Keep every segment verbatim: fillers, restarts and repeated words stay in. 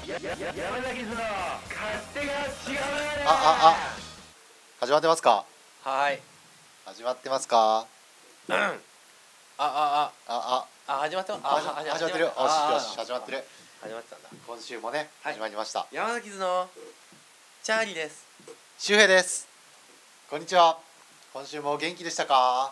山崎図の勝手が違うね。 あああ始まってますか。 はい始まってますか。 うんああああああ始まってます。 あ始始まってる。よしよしあ始まってる。 始まってたんだ。 今週もねはい始まりました。 山崎図のチャーリーです。 周平です。こんにちは。今週も元気でしたか。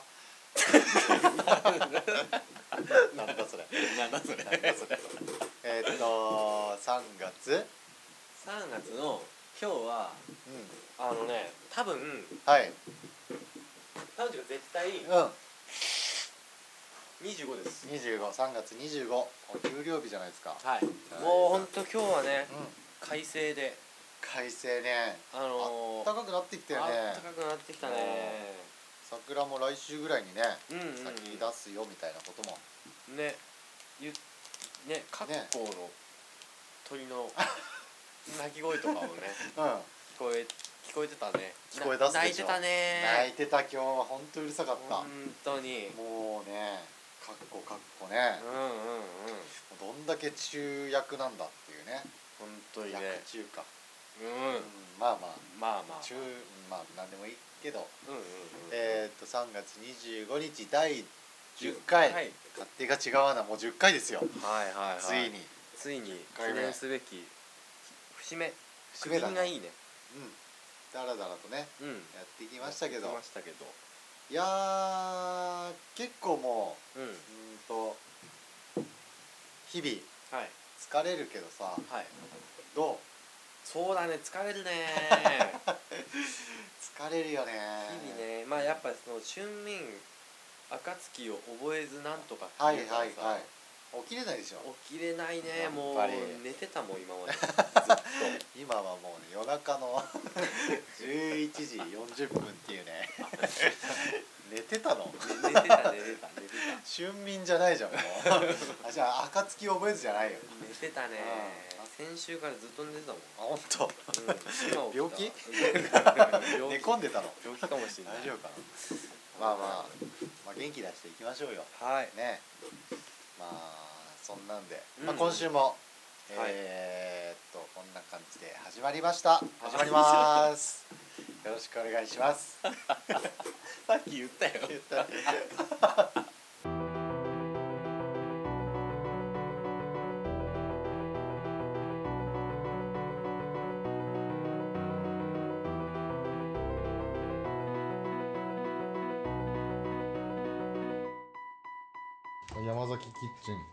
なんだそれ。 なんだそれ。 なんだそれ。えーっとさんがつ。 さんがつの今日はうあのね多分んはい彼女が絶対うんにじゅうごです。 にじゅうごさんがつにじゅうご給料日じゃないですか。 はい。もう本当今日はねうん快晴で快晴ね。 あのー、 暖かくなってきたよね。 あったかくなってきたね。 桜も来週ぐらいにねうんうんうん咲き出すよみたいなこともねゆね各校の鳥の鳴き声とかもねうん聞こえ聞こえてたね。 聞こえ出すでしょ。 泣いてたね。 泣いてた。今日は本当うるさかった。 本当に。 もうねかっこかっこねうんうんうん。 どんだけ中役なんだっていうね。 本当にね。 役中か、 うん。 うん、まあまあまあまあ。 中まあなんでもいいけど、 うんうんうん。 えー、っとさんがつにじゅうごにちだいじゅっかい、 はい勝手が違うなもうじゅっかいですよ、 はいはいはい。 ついについにじゅっかいめ記念すべき節目。 節目だね区切りがいいね。 うんだらだらとねうん。 やっていきましたけど、 やってましたけど。 いやー結構もうん。 ううーんと日々 はい疲れるけどさはい。 どうそうだね疲れるね。 疲れるよね日々ねまあやっぱその春眠暁を覚えずなんとかってはいいうからさはいはい起きれないでしょ。 起きれないねやっもうぱり寝てたもん今までずっと。 今はもうね夜中のじゅういちじよんじゅっぷんっていうね寝てたの寝てた寝てた寝てた春眠じゃないじゃんもうあじゃあ暁覚えずじゃないよ。 寝てたね。先週からずっと寝てたもん。 あ本当、 うん、 病気病気寝込んでたの。 病気かもしれない。 大丈夫かな。まあまあ、まあ元気出していきましょうよはいね。まあそんなんで、 うんまあ、今週も、 はいえー、っとこんな感じで始まりました始まりますよろしくお願いしますさっき言ったよ。 言った山崎キッチン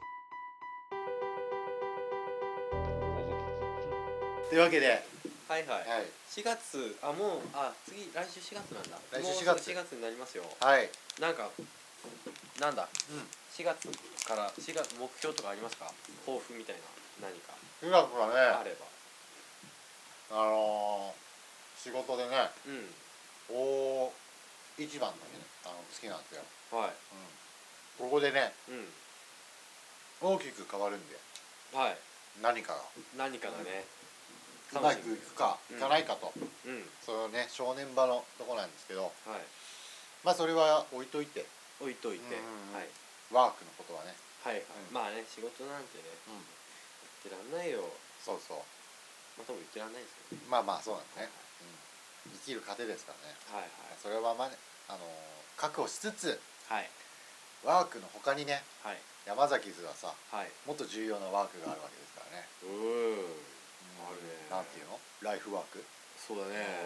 というわけで、 はいはい。 はいしがつあもうあ次来週しがつなんだ。 来週もうしがつすぐしがつになりますよ。 はい、 なんかなんだうん、 しがつからしがつ目標とかありますか？抱負みたいな何かうまくはねあれば。 あのー、仕事でねうん大一番だけねあの好きなんですよ、 はいうん、ここでねうん大きく変わるんではい何かが何かがねうまくいくかうんいかないかと、 うんそのね正念場のとこなんですけど、 はいまあそれは置いといて置いといてうんうんうんはいワークのことはね、 はいはいうんまあね仕事なんてねうん、 言ってらんないよ。 そうそうまあ多分言ってらんないですけどね。 まあまあそうなんですね、うん、生きる糧ですからね。 はいそれはまあ、ね、あのー確保しつつはいワークの他にねはい山崎図はさはいはいもっと重要なワークがあるわけですからね、 うーんうんあるねなんていうのライフワークそうだね。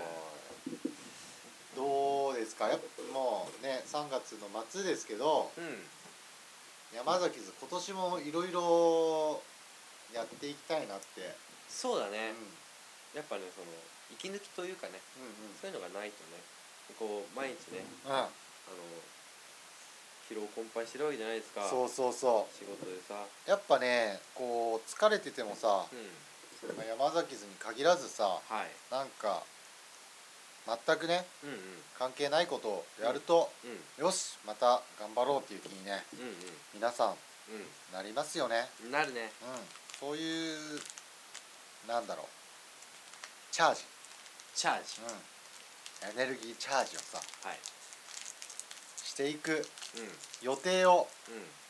どうですかやっぱもうねさんがつの末ですけどうん山崎図今年もいろいろやっていきたいなって、 そうだねうん、 やっぱねその息抜きというかねうんそういうのがないとねこう毎日ねうんうんあの疲労困憊してるわけじゃないですか。 そうそうそ仕事でさうやっぱねこう疲れててもさ、 うんまあ山崎図に限らずさはいなんか全くねうんうん関係ないことをやると、 うんよしまた頑張ろうっていう気にねうん皆さんうんなりますよね。 うんなるね。 うんそういうなんだろうチャージ、 チャージうん、エネルギーチャージをさはいしていくうん予定をうん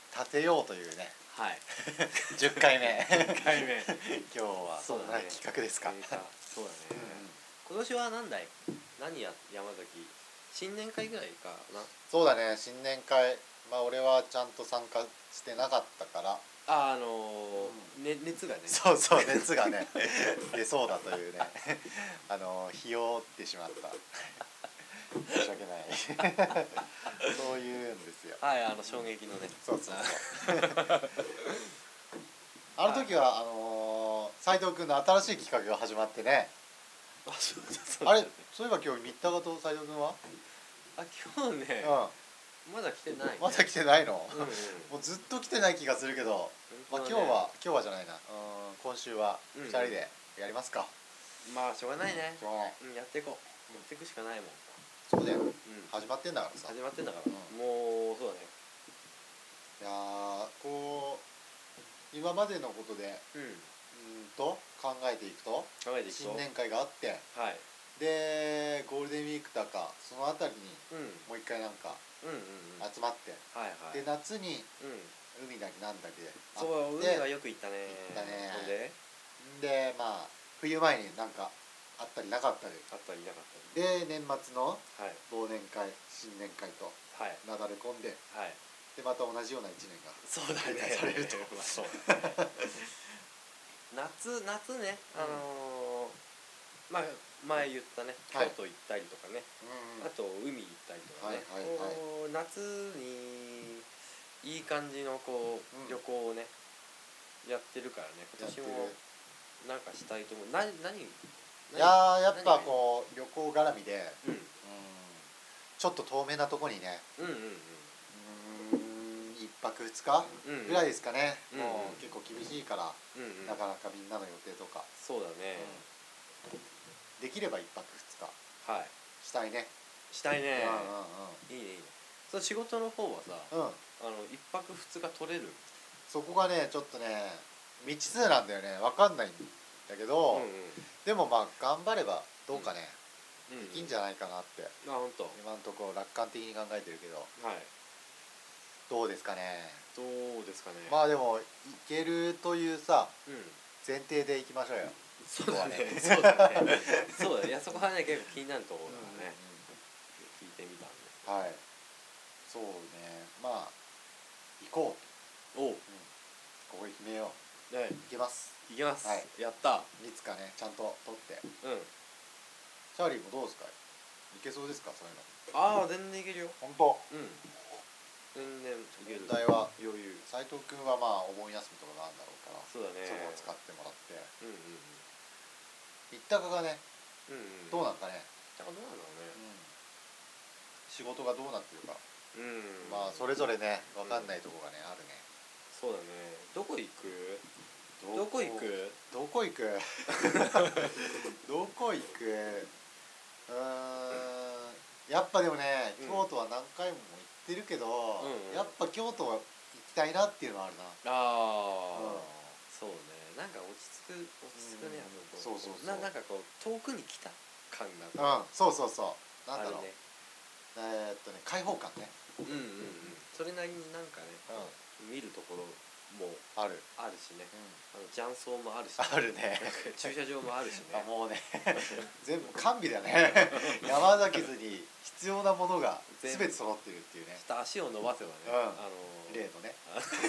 立てようというねはいじゅっかいめいっかいめ今日はそんな企画ですか。 そうだね、今年は何だい何や山崎新年会ぐらいかな。 そうだね、新年会、まあ俺はちゃんと参加してなかったから、 あ、あのーね、熱がねそうそう熱がね出そうだというねあの日をってしまった申し訳ないそういうんですよ。 はい、あの衝撃のね、 そうそうそうあの時はあのー、斉藤君の新しい企画が始まってね。 あ、そうだそうだあれ、そういえば今日三田と斉藤君はあ、今日ね、 うまだ来てない、ね、 んまだ来てないの、 うんうん、 もうずっと来てない気がするけど、まあ、今日は今日はじゃないな、うん今週はうんふたりでやりますか。 まあしょうがないね、 しょうがない。 うん、やっていこう、やっていくしかないもん、 そうだよ、 うん、 始まってんだからさ。 始まってんだから、 うんもうそうだね、 いやーこう今までのことでうん、 うんと考えていくと考えていくと新年会があって、 はい、 でゴールデンウィークだかそのあたりにうん、 もう一回なんかうんうんうん、 集まって、 はいはい、 で夏にうん、 海だけなんだけでそう、 会って海はよく行ったね、 行ったねほんででまあ冬前になんかあったりなかったりあったりなかったで年末のり、はい忘年会新年会とはいなだれ込んで、 はい、 でまた同じような一年がそうだねされるとまあそうだね夏夏ね、あのー、まあ前言ったね、京はい都行ったりとかね、 うんあと海行ったりとかね、 はいはいはいこう夏にいい感じのこう、 うん旅行をねやってるからね、今年やってもる。 なんかしたいと思う。な何いやーやっぱこう旅行絡みで、 うんうんちょっと遠めなとこにね、 うんうんうんうんいっぱくふつかうんぐらいですかね、 うんもうんう結構厳しいから、 うんうん、 なかなかみんなの予定とか、 そうだね、 できればいっぱくふつかはいしたいね。 したいね、 ういいねいいね。その仕事の方はさ、 んうんうんうんあの一泊二日取れる。 そこがねちょっとね未知数なんだよね、分かんないんだけど、 うんうんでもまあ頑張ればどうかね、 うん、 できんじゃないかなってあ、本当。 今のところ楽観的に考えてるけど、 はい。 どうですかね。 どうですかね。 まあでもいけるというさうん。 前提でいきましょうよ。 そうだね。 こそうだね。そうだね。いや、そこはね、結構気になるところだからね。聞いてみたんで。 はい。そうね。まあ行こう。 おう。 ここで決めよう。 ね、 行けます。 行きます。 はいやった。 いつかねちゃんと取って。 うん。 チャーリーもどうですか。いけそうですかそういうの。 ああ、全然いけるよ。 本当。 うん。全然いける。 問題は余裕。 斉藤君はまあお盆休みとかがあるんだろうから、 そうだね。 そこを使ってもらって。 うんうん行ったかがねうん。うんうん。 どうなんかね。 じゃあどうなんだろ仕事がどうなってるか。 うね。うん。 まあそれぞれね分かんないとこがねあるね。 そうだね。どこ行く？どこ行く？ どこ行くどこ行くうーんやっぱでもね、 うん京都は何回も行ってるけど、 うんうんやっぱ京都は行きたいなっていうのはあるな。 ああ、 うんそうね。なんか落ち着く落ち着くね。 うんあのこそうそうそうななんかこう遠くに来た感がうんそうそうそうなんだろう、 あるね。 えー、っとね開放感ね。 うんうんうん。それなりになんかねうん見るところもある、 あるしね。 うん、 あの雀荘もあるし、 あるね駐車場もあるしね。 あもうね全部完備だね山崎図に必要なものが全て揃ってるっていうね。 ちょっと足を伸ばせばね。 うんあの例のね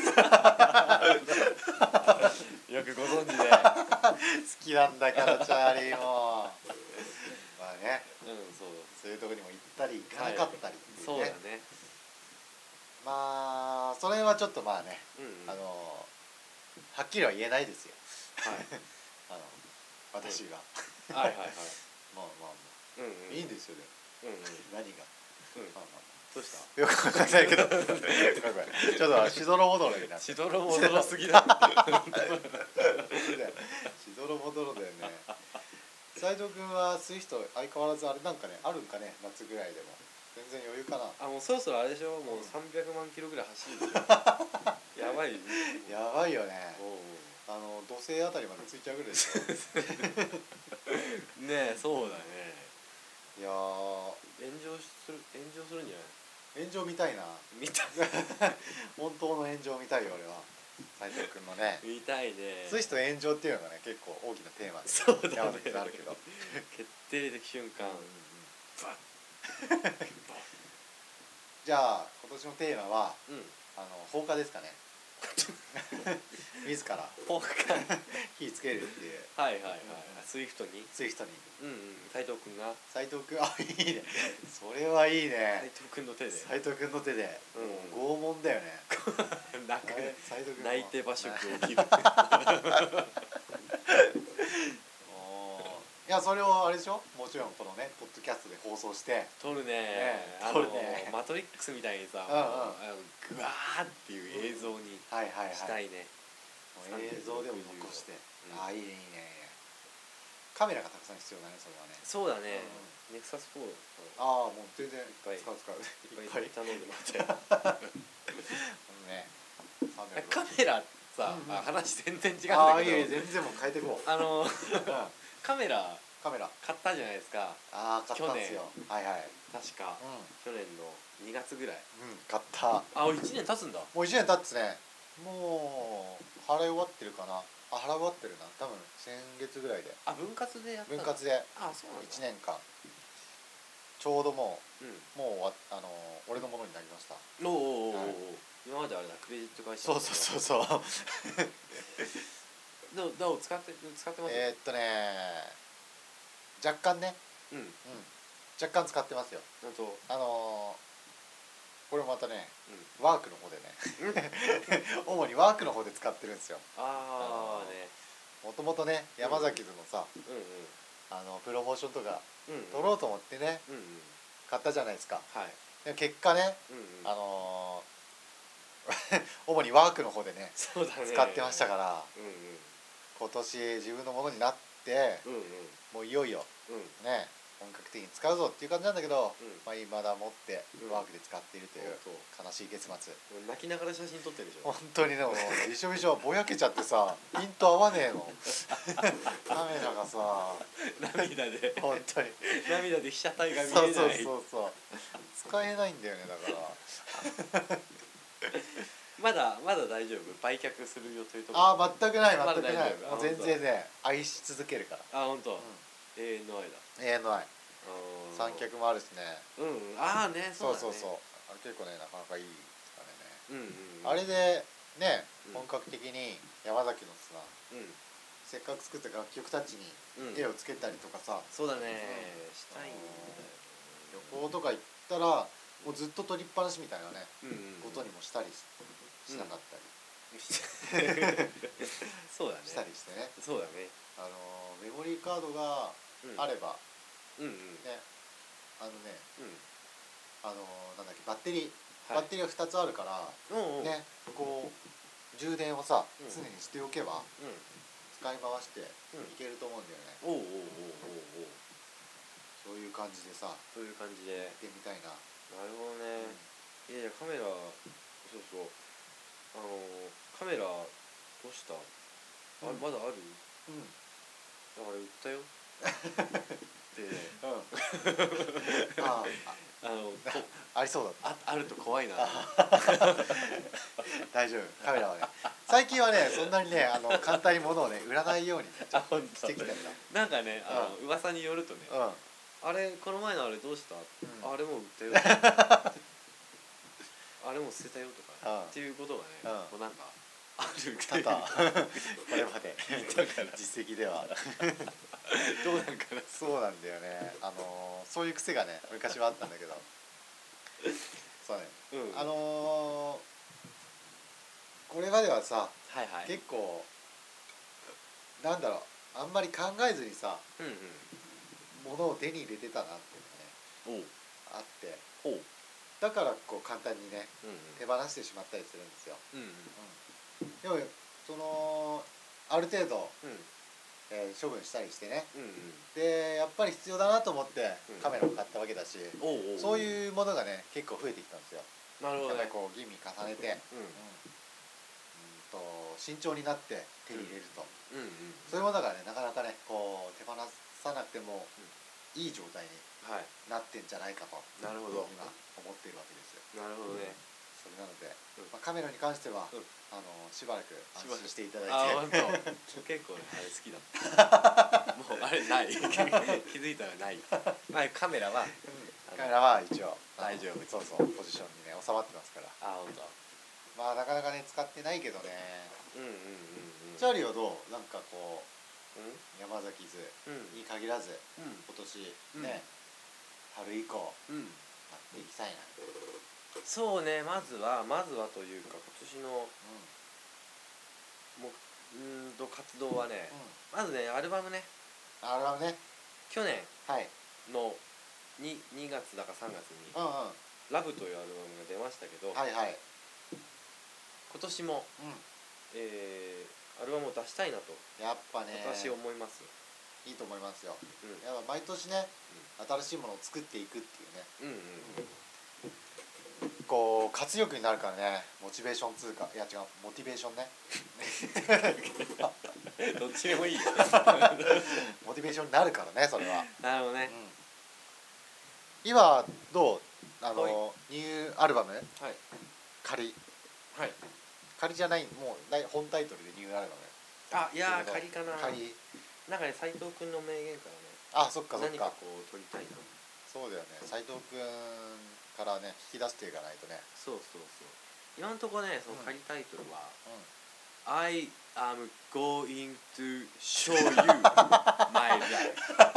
よくご存知で。 好きなんだからチャーリーもまあねうんそう。 そういうとこにも行ったり行かなかったりっていうね、 そうだね。 まあそれはちょっとまあね、 うんうん。 あのはっきりは言えないですよはい。 あの私が、 はいはいはい。 まあまあまうんうん。 あいいんですよね、 うんうん。 何が、 うん。 まあまあどうした？ よくわかんないけどごめんごめんちょっとしどろもどろになってしどろもどろすぎだ。 しどろもどろだよね斉藤君はスイフト相変わらずあれなんかねあるんかね夏ぐらいでも全然余裕かな。 あ、もうそろそろあれでしょ。もうさんびゃくまんキロぐらい走るでしょ。やばい。 やばいよね。 おうあの土星あたりまでついちゃうぐらいですよねえ、そうだね。 いやー炎上する炎上するんじゃ炎上見たいな見た本当の炎上見たいよ俺は斉藤君のね見たいね。 ツイスト炎上っていうのがね結構大きなテーマでそうだね山崎さんあるけど決定的瞬間、 うんうんうんバじゃあ今年のテーマはッうんあの放火ですかね自ら放火火つけるっていうはいはいはいスイフトにツイストにうんうん斉藤君が斉藤君あいいねそれはいい斉ね藤君の手で斉藤君の手で、 うんもう拷問だよね泣く斉藤君泣いて馬食を切るおーいやそれをあれでしょもちろんこのねポッドキャストで放送して撮るねねあの撮るねマトリックスみたいにさうんうんあのグワーっていう映像にはいはいはいしたいねもう映像でも残して、 うんああいいねいいねカメラがたくさん必要だねそれはねそうだねネクサスフォーああもう全然ぱい使う使ういっいっぱいぱい頼んでもらってねカメラさ、 うんうんあ話全然違うんああいいだけどね全然もう変えていこう、 あのうんカメラカメラ買ったじゃないですかああ買ったんですよはいはい確かう去年のにがつぐらいん、うん、買ったあいちねん経つんだもういちねん経つねもう払い終わってるかなあ払い終わってるな多分先月ぐらいであ分割でやった分割であそうなんだいちねんかんちょうどもうんうもうわあのー俺のものになりましたおおおおおはい今まであれだクレジット会社そうそうそうそうどうどう使って使ってますえーっとね若干ねうんうん若干使ってますよなんとあのー、これまたねうんワークの方でね主にワークの方で使ってるんですよああねもともとね山崎図のさうんあのプロモーションとかうんうん撮ろうと思ってねうんうん買ったじゃないですかはいでも結果ねうんうんあのー、主にワークの方でねそうだね使ってましたからうんうん今年自分のものになってうんうんもういよいようんね本格的に使うぞっていう感じなんだけど、 うんまあ未だ持ってうんワークで使っているというそう悲しい月末泣きながら写真撮ってるでしょ本当にねもうびしょびしょぼやけちゃってさピント合わねえのカメラがさ涙で本当に涙で被写体が見えないそうそうそうそう使えないんだよねだからまだまだ大丈夫売却する予定とかああ全くない全くないまだ大丈夫もう全然ね愛し続けるからあ本当、 う永遠の愛だん永遠の愛あー三脚もあるしねうんうんああねそそううだねそうそうあれ結構ねなかなかいいですかねうんうんうんあれでねうん本格的に山崎のさうんせっかく作った楽曲たちにうん絵をつけたりとかさそうだねうんしたいんだよ旅行とか行ったらもうずっと撮りっぱなしみたいなねうんうんことにもしたりししなかったりそうだねしたりしてねそうだねあのーメモリーカードがうんあればうんうんねあのねうんあのーなんだっけバッテリーはいバッテリーがふたつあるからうんうんねこう充電をさうん常にしておけばうん使い回していうんけると思うんだよねおうおうおうおうおうそういう感じでさそういう感じでやってみたいななるほどね、いやいやカメラそうそうあのカメラどうした、あうんまだあるうんだから売ったよでうんああのこあありそうだったああると怖いな大丈夫カメラはね最近はねそんなにねあの簡単に物をね売らないようにねちょっとあ本当してきてんだなんかねあの、噂によるとね、 うんあれこの前のあれどうした、 んあれもう売ったよあれもう捨てたよとか、 うんっていうことがね、 うんもうなんかある多々これまでだから実績ではどうなんかなそうなんだよねあのーそういう癖がね昔はあったんだけどそうねうんあのーこれまではさはいはい結構なんだろうあんまり考えずにさうんうん物を手に入れてたなっていうのがねおうあってほうだからこう簡単にねうん手放してしまったりするんですよ、 うんうんうん、でもそのある程度、 うんえー処分したりしてねうんうんでやっぱり必要だなと思ってうんカメラを買ったわけだし、 おうおうそういうものがね結構増えてきたんですよなるほどねやっぱりこう吟味重ねて、うん、うんと慎重になって手に入れると、 うんうんそういうものがねなかなかねこう手放さなくてもいい状態にはいなってんじゃないかとなるほど今思っているわけですよ。 なるほどねそれなので、 うんまあ、カメラに関しては、 うんあのしばらく安心していただいて、 あ本当結構ねあれ好きだったもうあれない気づいたらないまあカメラはカメラは一応大丈夫そうそうポジションにね収まってますから、 あ本当まあなかなかね使ってないけどね。 うんうんうんうんチャーリーはどうなんかこうう山崎図んうんに限らずうん今年うんね、春以降うんやっていきたいな。 そうねまずはまずはというか今年のうもううーんと活動はねん、うん、 まずねアルバムねアルバムね。 去年はい。 の に, にがつだかさんがつにうんうん。 「ラブというアルバムが出ましたけど、 はいはい。 今年も、 うえーアルバムを出したいなとん。やっぱね。 私思います、 いいと思いますよ。 うんやっぱ毎年ね、新しいものを作っていくっていうね。 うんうんこう活力になるからね。モチベーションつうか、いや違う、モチベーションね。 うんどっちでもいいよモチベーションになるからね、それは。うん。 なるほどね今どうあの、 はニューアルバムはい仮はい仮じゃないもうだい本タイトルでニューアルバム。 あいやー仮かな仮。 なんかね斉藤君の名言からねあ、そっかそっか。 何かこう取りたいなそうだよね。斉藤くんからね引き出していかないとね。 そうそうそう今のところねその仮タイトルは、 う I am going to show you my life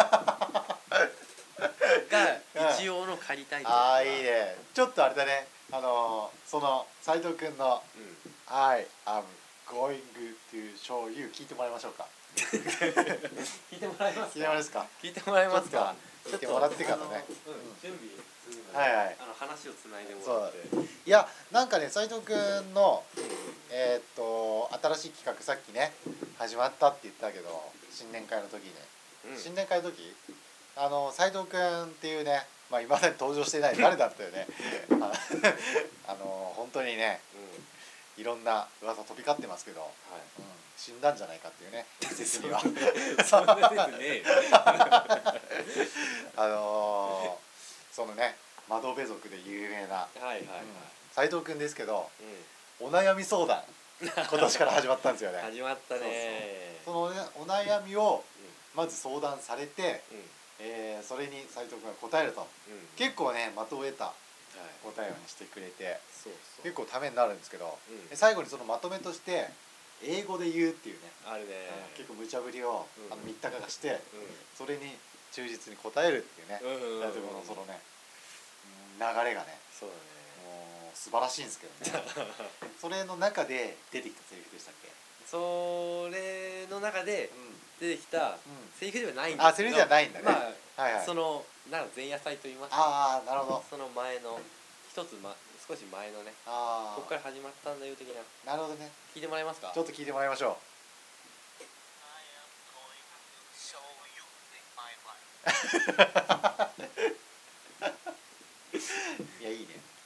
が一応の仮タイトルああいいね。ちょっとあれだね。あのー、その斉藤くんのうん I am going to show you 聞いてもらいましょうか。 聞いてもらえます聞いてもらえますか。 聞いてもらえますか聞いてもらってからね。 あのうん準備するのではいはいあの話をつないでもらっていやなんかね斉藤くんのえーっと新しい企画さっきね始まったって言ったけど新年会の時に、 うん新年会の時あの斉藤くんっていうねまあ今まで登場してない誰だったよねああの本当にねうんいろんな噂飛び交ってますけど、 はいうん、死んだんじゃないかっていうね説にはそんな説ねえよあのー、そのね窓辺族で有名なはいはいはい斉藤くんですけどうお悩み相談今年から始まったんですよんね。 始まったねそのねお悩みをまず相談されて、 うんうんえーそれに斉藤君が答えるとうん結構ね的を得たはい答えをしてくれてそうそう結構ためになるんですけど、 うんで最後にそのまとめとして英語で言うっていうね、 あるね結構無茶ぶりを、 うんあの三鷹がしてうそれに忠実に答えるっていうね、 んうんうんうん斉藤君のそのねうん流れがねそうだもう素晴らしいんですけどねそれの中で出てきたセリフでしたっけ？ ねそれの中でうん出てきたうんセリフではないんですけどあセリフじゃないんだねまはいはいあそのなんか前夜祭と言いますかああなるほどその前の一つ、ま、少し前のねあここから始まったんだよ的なあなるほどね聞いてもらえますかちょっと聞いてもらいましょういやいいね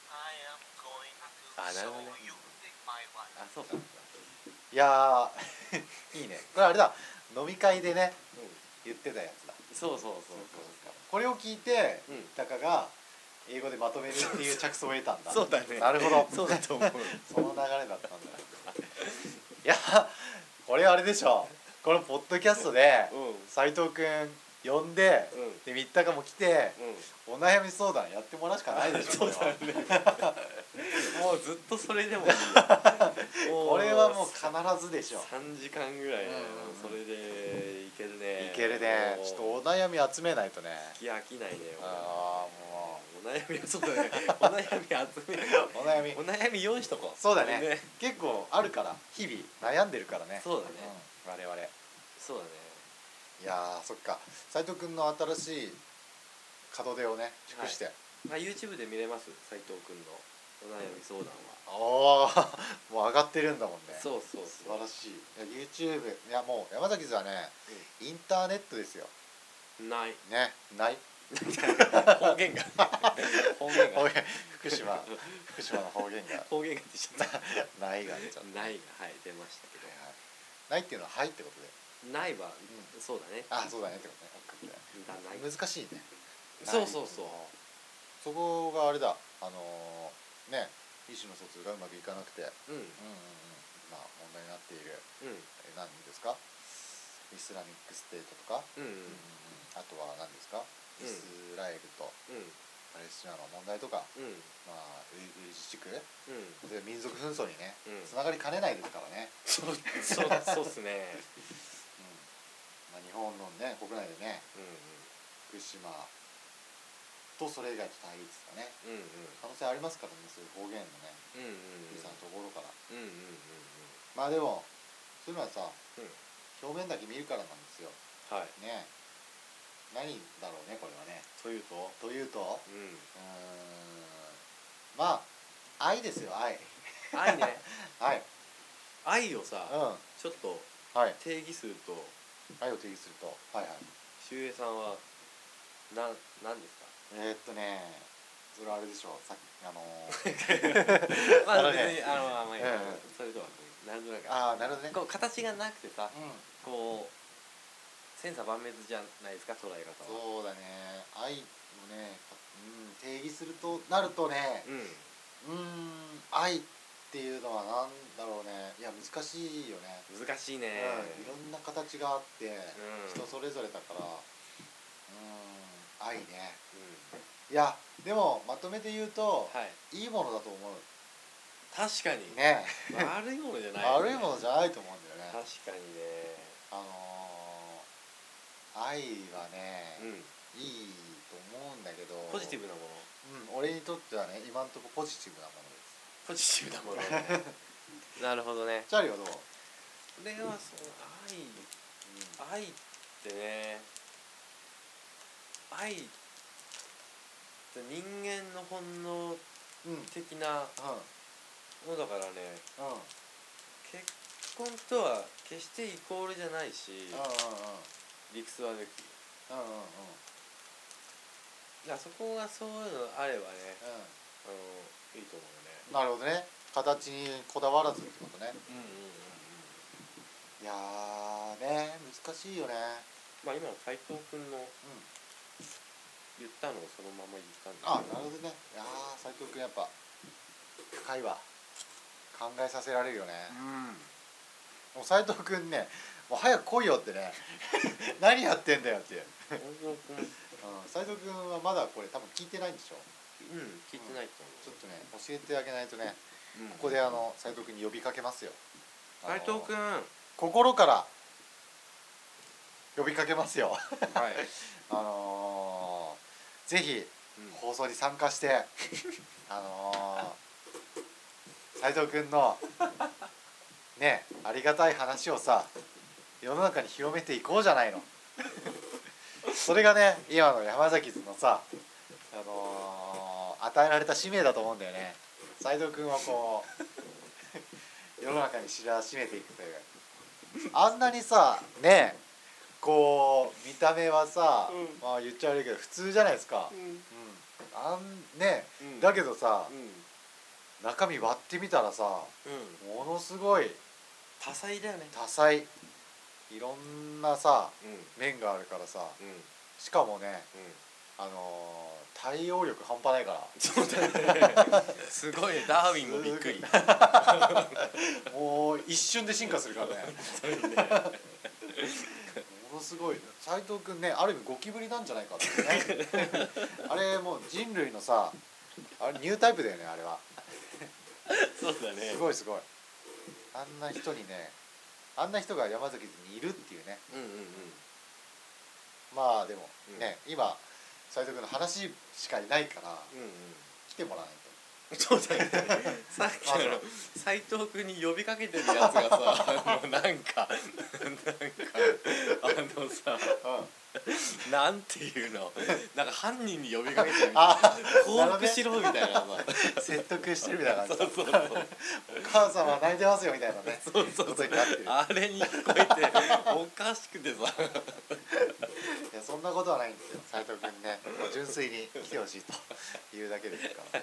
あなるほどねあそうかいやーいいねこれあれだ飲み会でねうん言ってたやつだそうそうそうこれを聞いてうんタカが英語でまとめるっていう着想を得たんだそうだねなるほどそうだと思うその流れだったんだいやこれあれでしょこのポッドキャストでうん斉藤くん呼んで、 うんで三鷹も来てうんお悩み相談やってもらうしかないでしょそうだねもうずっとそれでもいいこれはもう必ずでしょさんじかんぐらいねうんそれでいけるねいけるねちょっとお悩み集めないとね聞き飽きないねああもお悩みはそうだねお悩み集めうお悩みお悩み用意しとこうそうだね結構あるから日々悩んでるからねそうだねうん、我々いそうだねやーそっか斉藤くんの新しい門出をね祝して、 まあ YouTube で見れます斉藤くんのお悩み相談はおおもう上がってるんだもんねそうそう素そう晴らしいいや YouTube いやもう山崎図はねインターネットですよないねない方言が方言が方言福島福島の方言が方言が出ちゃったないが出ちゃったないがはい出ましたけどないっていうのははいってことでないわ、 んそうだね。 あそうだねってことね。 だない。 難しいね。 そうそうそう。 そこがあれだ、あのー、ね意思の疎通がうまくいかなくて、 うんうんうんうん、まあ問題になっている、 うんえ何ですか、イスラミックステートとか、 うんうんうんうんうん、あとは何ですか、イスラエルとうんパレスチナの問題とか、 うんまあウイグル自治区うん。 で民族紛争にね、 うんつながりかねないですからね、 そうそうそうっすね。 うんまあ、日本のね国内でねうん福島とそれ以外と対立がねうんうん可能性ありますからね、そういう方言のねうんうんうん小さなところから、 うんうんうんまあでもそういうのはさうん表面だけ見るからなんですようん。はい。 ね。何だろうねこれはね。 というと、 というとううん。 ーんまあ愛ですよ、愛。 愛ね。 愛。 愛をさ、 うんちょっとはい。 定義すると、 愛を定義するとはいはい周平さんはな何ですか。 えー、っとねそれはあれでしょう、さっきあのー、 まああのね別にあのまあまあいいやうんうんそれとはなんとなくああなるほどね。 こう形がなくてさ、 うんこう千差万別じゃないですか、捉え方は。 そうだね、愛をね、うん、定義するとなるとねううーん愛っていうのはなんだろうね、いや難しいよね、 ん。難しいね。 うん、いろんな形があって、 うん人それぞれだからうーん愛ね、 うん。 いやでもまとめて言うと、 はい。 いいものだと思う確かに。 ね悪いものじゃない、 悪いものじゃないと思うんだよね。 確かにね。 あのー、愛はね、 うん。 いいと思うんだけどポジティブなもの。 うん、俺にとってはね今のところポジティブなものです。 ポジティブなものね。なるほどね。 チャーリーはどう？ これはそう愛愛ってね、愛って人間の本能うんうん的なうんものだからね、 うん結婚とは決してイコールじゃないし、 うん理屈はできうんうんうんいやそこがそういうのあればね、 うんあのいいと思うね。 なるほどね、形にこだわらずってことね。 うんうんうんうん。 いやーね難しいよね。 まあ今の斉藤君のうん言ったのをそのまま言ったんあだなるほどね。いやー斉藤君やっぱ深いわ、考えさせられるよね。もう斉藤君ねもう早く来いよってね何やってんだよっていう、 斉藤君うん、斉藤君はまだこれ多分聞いてないんでしょ。 うん聞いてないとちょっとね教えてあげないとね、 思う。 ここであの斉藤君に呼びかけますよ。あの斉藤君は心から呼びかけますよい。 あのー、ぜひうん放送に参加してあのー、斉藤君のねありがたい話をさ世の中に広めていこうじゃないのそれがね今の山崎図のさ、あのー、与えられた使命だと思うんだよね。斉藤君をこう世の中に知らしめていくという、あんなにさねこう見た目はさ、 うんまあ言っちゃ悪いけど普通じゃないですか、 うんうん、あんね、 うんだけどさうん中身割ってみたらさうんものすごい多彩だよね。 多彩、いろんなさうん面があるからさ、 うんしかもねうんあのー、対応力半端ないからそうだね。すごいね、ダーウィンもびっくり。 もう一瞬で進化するからねそういうね。 ものすごい斉藤君ねある意味ゴキブリなんじゃないかってねあれもう人類のさあれニュータイプだよねあれは。 そうだね。 すごいすごい、あんな人にねあんな人が山崎にいるっていうね。 うんうんうん。 まあでもうんね、今斉藤君の話しかいないからうんうん。 来てもらわないそうだね。さっきあの斉藤君に呼びかけてるやつがさ、あのなんかなんかあのさ、 と、 なんていうの、なんか犯人に呼びかけてるみたいな。 あ降伏しろみたいなさ。 うん、説得してるみたいなそ感じ。 うそうそう。 お母さんは泣いてますよみたいなねそうそうそうことになってる。いあれに聞こえておかしくてさ。 やそんなことはないんですよ斉藤君ね、もう純粋に来てほしいというだけですから、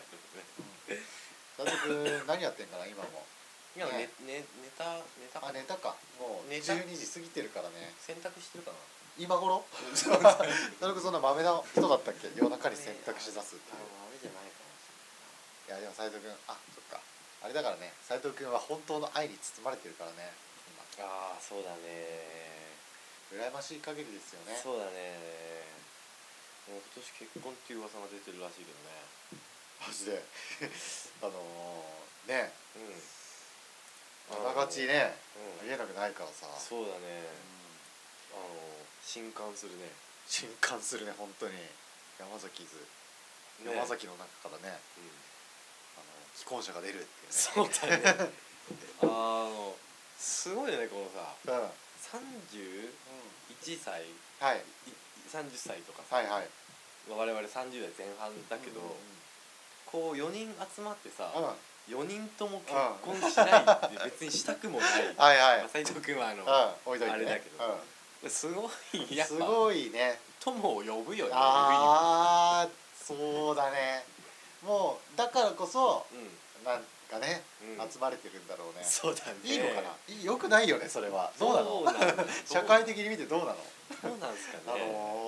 うん、斉藤君何やってんかな今も。 今ねねネタネタあネタかもう寝たじゅうにじ過ぎてるからね。 洗濯してるかな。 今頃それこそんな豆な人だったっけ、夜中に洗濯しだすっていう。 あれじゃないかもしいやでも斉藤君、あ、そっか、あれだからね、斉藤君は本当の愛に包まれてるからねれない。ああそうだね。 今。羨ましい限りですよね。 そうだね。もう今年結婚っていう噂が出てるらしいけどね。 マジであのー、ね、 うん。 あながちね、 うん。 ありえなくないからさ、 そうだね。 うんあの震撼するね。 震撼するね、本当に。山崎図、 ね山崎の中からね、 うん。 あの既婚者が出るっていうね。 そうだね。あのすごいよねこのさ、 うん、うん、 さんじゅういちさい、 はい、 いさんじゅっさいとかさ、 はいはい。 我々さんじゅう代前半だけど、 うんうんこうよにん集まってさ、 うん、うんよにんとも結婚しないって別にしたくもないはいはい、 まあ斉藤君はあの、 うん、置いといてね。 あれだけどすごいうん、 やっぱすごいね。 友を呼ぶよね。 ああ、そうだね。もうだからこそうんなんかね、 うん集まれてるんだろうね。 そうだね。 いいのかな。いい、よくないよね、それは。どうなの？ どうなんだ社会的に見てどうなの？ どうなんすかね。 あの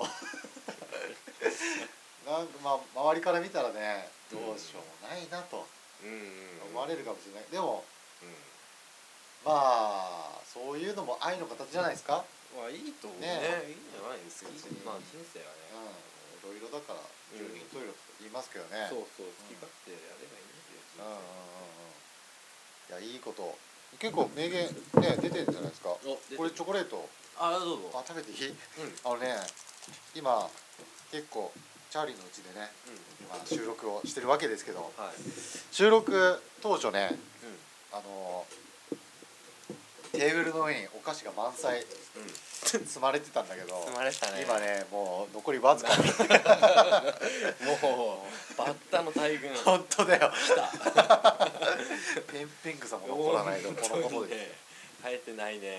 ー、なんかまあ周りから見たらね、どうしようもないなとうんうん思われるかもしれない。でもうんまあそういうのも愛の形じゃないですか。 まあいいと思うね。 ねいいんじゃないですか。 別にまあ人生はうん、 ね、 いろいろだから十人十色と言いますけどね。 そうそう好き勝手やればいいんですよ。 うんうんうんうん。いやいいこと。結構名言ね出てるんじゃないですか。 お出てるこれチョコレート。 あどうぞ。 あ、食べていい？ うんあのね、今結構チャーリーのうちでね、 うん今収録をしてるわけですけど、 はい収録当初ね、 うんあのテーブルの上にお菓子が満載うん積まれてたんだけど、 積まれてたね。 今ねもう残りわずかに。 もうバッタの大群。 本当だよ。 来た。 ペンペングサも残らないとこのことです。 ね。生えてないね。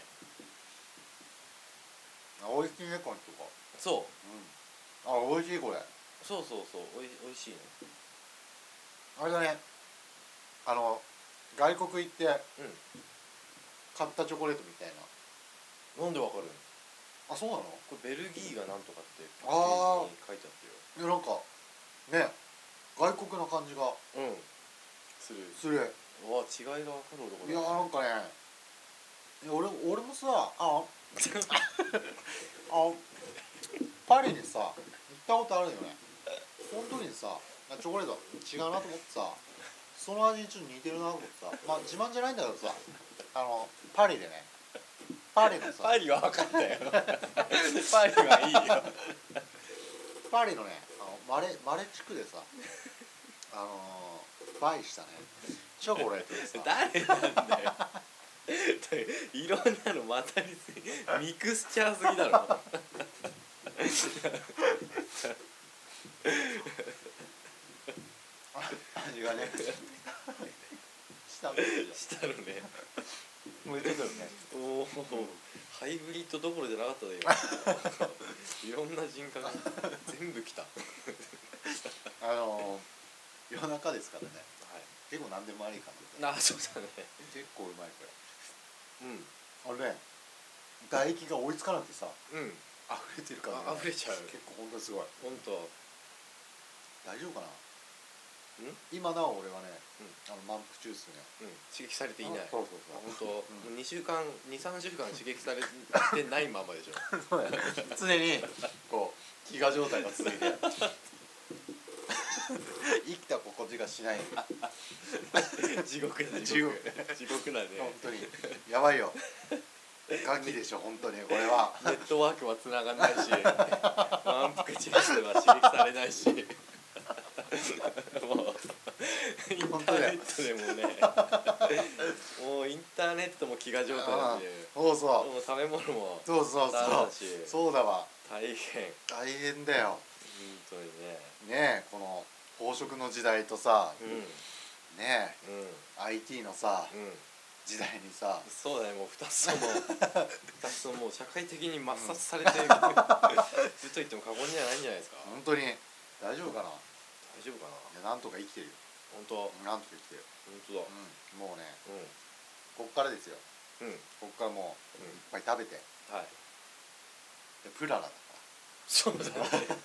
美味しいねこのとこ。 そううん。あ、美味しいこれ。 そうそうそうおいおいしいね。 あれだね。あの外国行ってう買ったチョコレートみたいな。 ん。なんでわかるの？ あ、そうなの？ これベルギーがなんとかってあーページに書いてあったよ。 いやなんかね、外国の感じがうん。する。 する。 うわ違いがわかる男いやだ。 なんかね、いや俺俺もさ、ああパリにさ行ったことあるよね。その時にさ、チョコレート違うなと思ってさ、その味にちょっと似てるなと思ってさ、まあ自慢じゃないんだけどさ、あのパリでね、パリのさ、 パリは分かったよ。パリはいいよ。 パリのね、あのマレマレ地区でさ、あのー、バイしたねチョコレートでさ、 誰なんだよ。いろんなの混ざりすぎ、ミクスチャーすぎだろ。 味がね、下向いてるじしたのね。 ゃん。向いてくるね。 おお、ハイブリッドどころじゃなかったで今。いろんな人格全部来た。 あのー、夜中ですからね。 はい。 結構何でもありかな。 あ、そうだね。 結構うまいこれ。 うん。 あれね、唾液が追いつかなくてさ、 うん。 溢れてる感じ、 あ、溢れちゃう。 結構本当にすごい。 本当。 大丈夫かな。 うん。 今なお俺はね、 うんあの満腹中枢ね。 うん。刺激されていない。 そうそうそう。 本当。 うんもうにしゅうかん、にさんしゅうかん刺激されてないままでしょ。 そうだよね。常にこう飢餓状態が続いて生きた心地がしない。 地獄だ地獄地獄だね。 本当にやばいよ。ガキでしょ本当にこれは。 ネットワークは繋がんないし、満腹中枢は刺激されないし、もうインターネットでもね、もうインターネットも飢餓状態だし、 そうそもう食べ物もうそうそうダメそうだし、 そうだわ。 大変。 大変だよ。 本当にね。 ねえこの飽食の時代とさ、 うんねえうんアイティー のさうん。 時代にさ、 そうだね、もう二つとも二つとももう社会的に抹殺されていると言っても過言じゃないんじゃないですか。 本当に大丈夫かな。い大丈夫かな。 やなんとか生きてるよ。 本当なんとか生きてる。 本当だ。 うん、もうねうん。 こっからですよ。 うんここからもういっぱい食べて、 はいでプララだかそうだね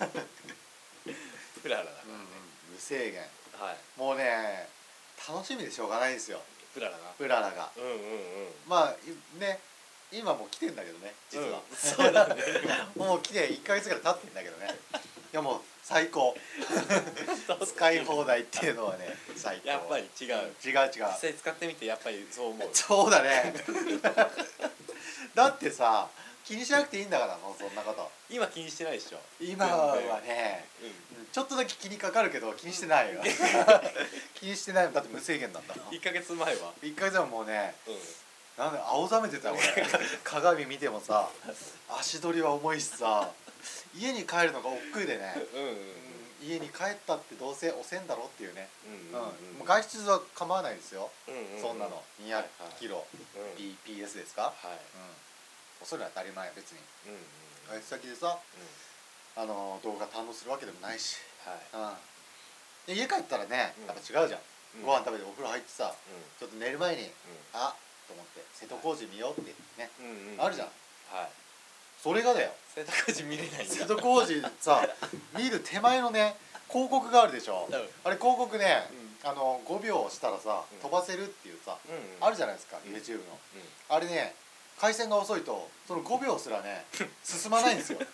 プララだからら、 ね、 無制限、 はいもうね楽しみでしょうがないんですよプララがプララが。 うんうんうんまあいね今もう来てんだけどね実は、 うんそうだねもう来ていっかげつぐらい経ってんだけどねいやもう最高使い放題っていうのはね最高。 やっぱり違う違う違う実際使ってみてやっぱりそう思うそうだねだってさ気にしなくていいんだからもうそんなこと今気にしてないでしょ今はねうんちょっとだけ気にかかるけど気にしてないよ気にしてないのだって無制限なんだもん。 いっかげつまえはいっかげつはもうねうんなんで青ざめてたよ俺鏡見てもさ足取りは重いしさ家に帰るのが億劫でね、 うんうんうん家に帰ったってどうせおせんだろっていうね、 うんうんうんもう外出は構わないですよ、 うんうんそんなのにひゃくキロ、 うんピーエス ですか、 はいうん、それは当たり前別にうんうん外出先でさうんあの動画堪能するわけでもないし、 はいうん、で家帰ったらねうんやっぱ違うじゃん、 うんご飯食べてお風呂入ってさうちょっと寝る前にあと思って瀬戸康史見ようってね、 んうんうんあるじゃんはいそれがだよ瀬戸康史見れないんだ瀬戸康史さ見る手前のね広告があるでしょ、 うんあれ広告ね、 うあのごびょう押したらさうん飛ばせるっていうさ、 うんうんあるじゃないですか、 うん YouTube のうんあれね回線が遅いとそのごびょうすらね進まないんですよ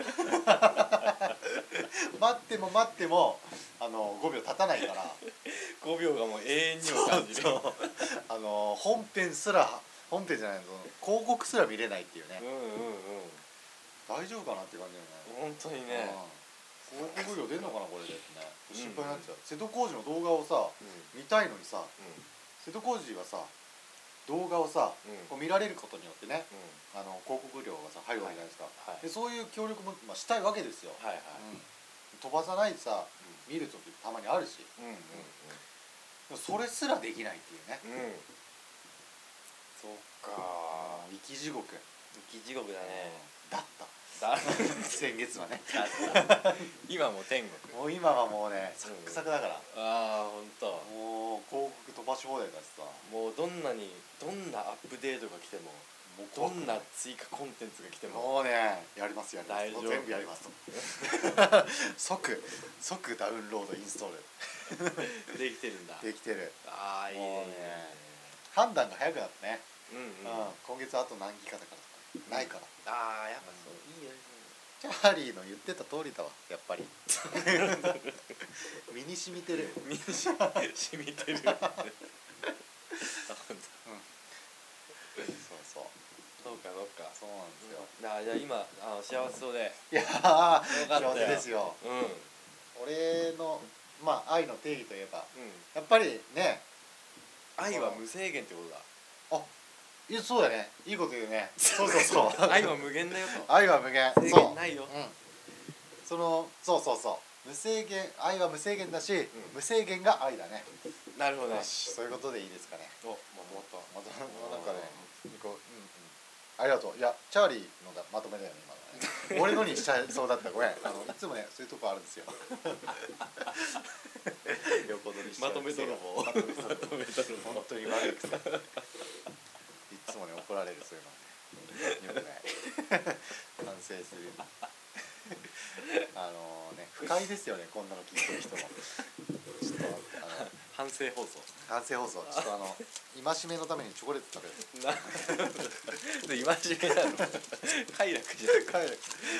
待っても待ってもあのごびょう経たないからごびょうがもう永遠にも感じるそうそうあの本編すら本編じゃないの広告すら見れないっていうね、 うんうんうん大丈夫かなっていう感じだよね本当にねうん広告料出んのかなこれでってねうん心配になっちゃう、瀬戸康史の動画をさうん見たいのにさう瀬戸康史はさ動画をさ、 うんこう見られることによってねんうんあの広告料がさ入るわけじゃないですか、 はいでそういう協力も、まあ、したいわけですよ、 はいはいうん飛ばさないでさ見る時たまにあるしうんうんでもそれすらできないっていうね、 うんうんそっか生き地獄生き地獄だねだっただ先月はね今も天国もう今はもうねサックサクだから、 ああほんともう広告飛ばし放題だしさもうどんなにどんなアップデートが来てももうどんな追加コンテンツが来てももうねやりますやります大丈夫もう全部やります即即ダウンロードインストールできてるんだできてるああいいねもうね判断が早くなってね、 うんうんうん今月あと何ギガだからとかないから、 ああやっぱそういいよチャーリーの言ってた通りだわやっぱり身に染みてる身にし染みてるあほんとそうそうそうかそうかそうなんですよ、 あじゃあ今あの幸せそうでいやーよかったよ幸せですようんうん俺のまあ愛の定義といえばやっぱりね愛は無制限ってことだあいやそうだねいいこと言うねそうそうそう愛は無限だよと愛は無限制そう限ないようんそのそうそうそう無制限愛は無制限だし、無制限が愛だねなるほどねよしそういうことでいいですかねおまとまっまたなんかねこううんうんありがとういやチャーリーのがまとめだよね今のね俺のにしちゃいそうだったごめんあのいつもねそういうとこあるんですよ横取りしちゃうまとめ泥棒まとめ泥棒まとめ泥棒本当に悪い癖いつもね怒られるそういうのよくない反省するあのね不快ですよねこんなの聞いてる人もちょっとあの反省放送反省放送ちょっとあの戒めのためにチョコレート食べるな戒めなの快楽じゃん帰る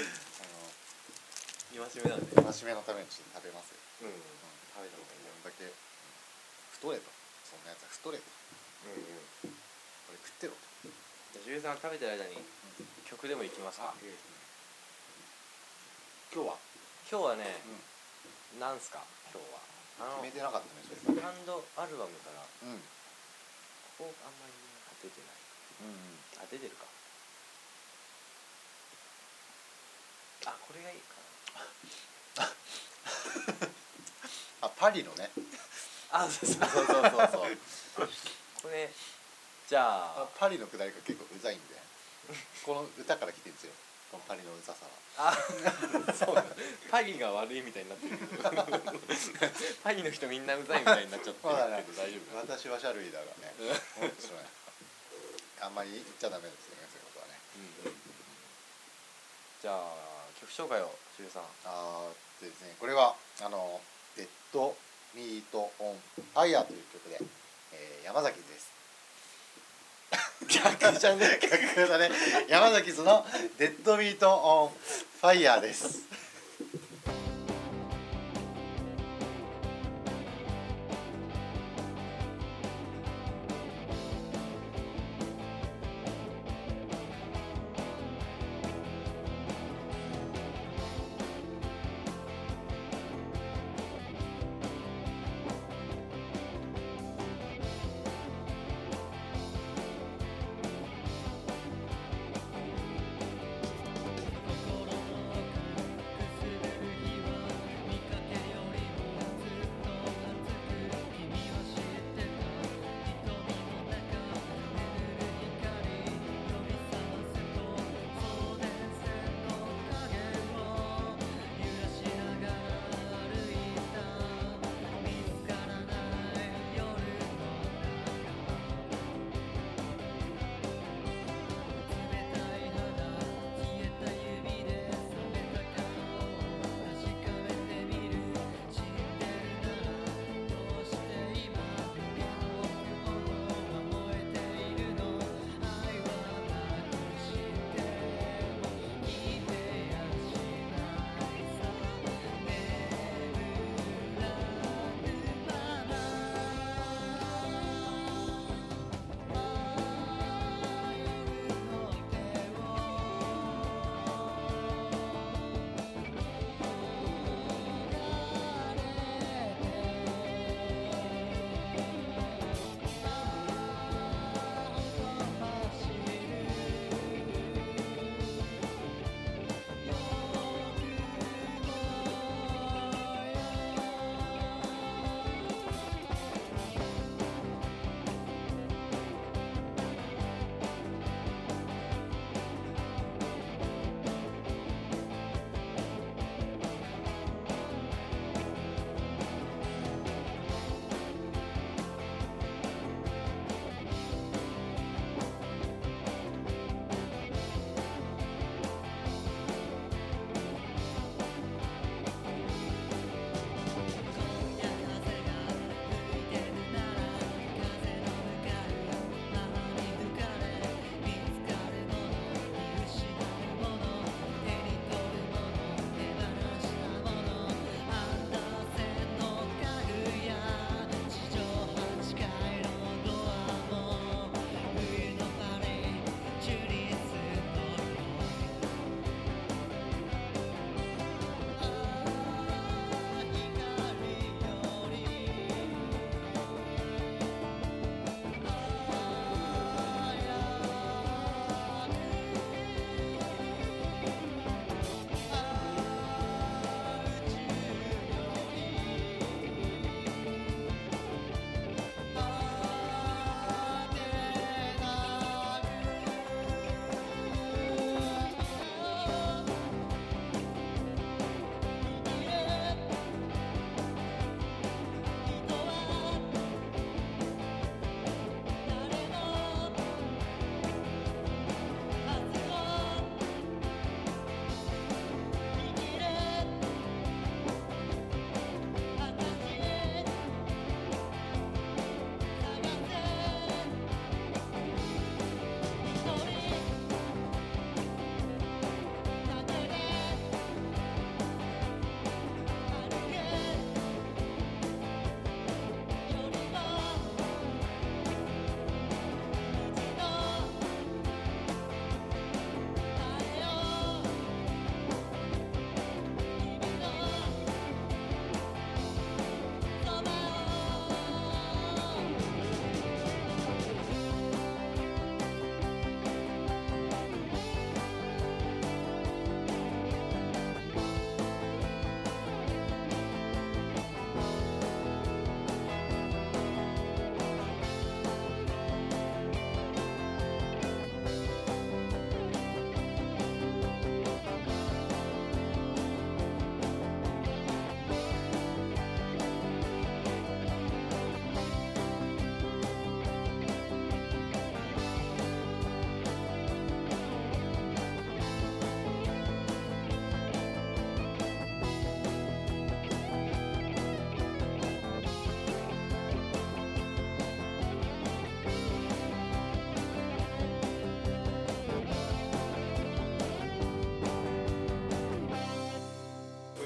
戒めなんであの戒めのためにちょっと食べますよ、 うんうん、 食べた方がいいよどんだけ太れとそんなやつは太れとうんうんこれ食ってろとじゃあじゅうさん食べてる間に曲でもいきますか今日は今日はねなんすか今日はあの決めてなかったねそれセカンドアルバムからうんうんここあんまり出てないあ出てるかあこれがいいかあパリのねなあそうそうそうそうそうこれじゃああパリのくだりが結構うざいんでこの歌から来てるんですよこのパリのうざさはあそうだパリが悪いみたいになってるけどパリの人みんなうざいみたいになっちゃってるけど大丈夫か私はシャルイだがね面白いあんまり言っちゃダメですよねそういうことはね。 うんうん、じゃあ曲紹介をしゅうさん。 あーですねこれはあのデッドミートオンファイヤーという曲で、えー、山崎です。 逆じゃねえ逆だね。山崎図のデッドミートオンファイヤーです。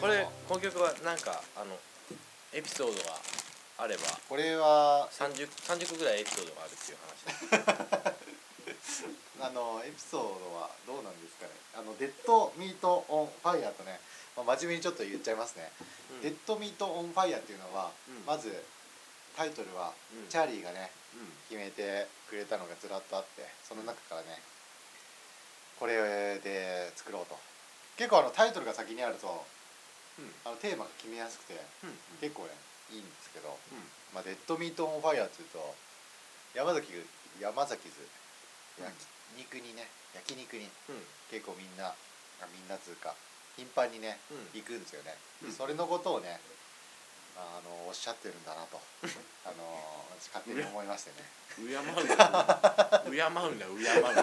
これこの曲はなんかあのエピソードがあればこれはさんじゅう、さんじゅっこぐらいエピソードがあるっていう話あのエピソードはどうなんですかね。あのデッドミートオンファイヤーとね、まあ、真面目にちょっと言っちゃいますね、 うんデッドミートオンファイヤーっていうのは、 うんまずタイトルは、 うんチャーリーがねうん決めてくれたのがずらっとあって、その中からねこれで作ろうと。結構あのタイトルが先にあるとあのテーマが決めやすくてうん結構ねいいんですけど、 うんまあ、デッドミートオンファイヤーっていうと山崎山崎図焼肉にね焼肉にうん結構みんなあみんなつうか頻繁にね、 うん行くんですよね、 うんそれのことをねあのおっしゃってるんだなとあの私勝手に思いましてね敬うな敬うな敬うなうんあ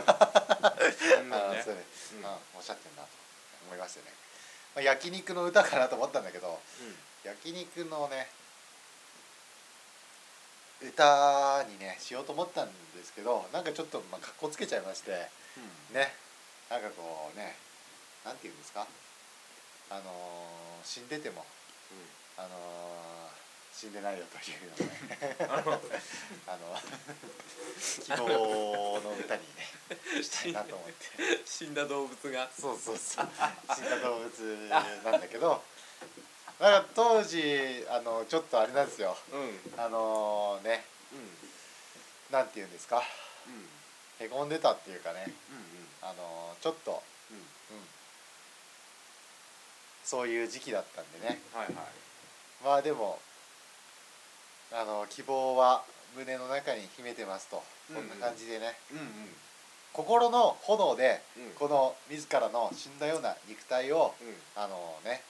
ねそれ、 うんあおっしゃってるなと思いましてね、まあ、焼肉の歌かなと思ったんだけど焼肉のね歌にねしようと思ったんですけど、なんかちょっとまあかっこつけちゃいましてね、なんかこうねなんていうんですか、あのー、死んでてもあのー、死んでないよというのねあのあの希望の歌にねしたいなと思って死んだ動物がそうそうそう死んだ動物なんだけど、なんか当時あのちょっとあれなんですよ、 うんうんあのー、ねなんていうんですか、へこんでたっていうかね、あのー、ちょっと、 うんうんうん、そういう時期だったんでね、 はいはいまあでもあの希望は胸の中に秘めてますと、 うんうんこんな感じでね、 うんうん心の炎でうんこの自らの死んだような肉体をうんあのね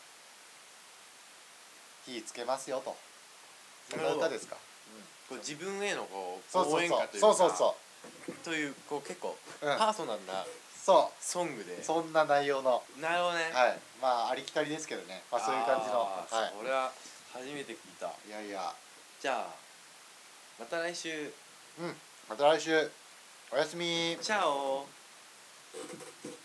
火つけますよと、そんな歌ですか、 こう自分へのこうそうそう応援歌というかそうそうそというこう結構う、うん、 パーソナルなそソングでうそんな内容の、 なるほどねはい、まあありきたりですけどね、まあ、そういう感じの、 あーはそれは初めて聞いたい、いやいや、 じゃあまた来週うん、また来週おやすみ。 チャオ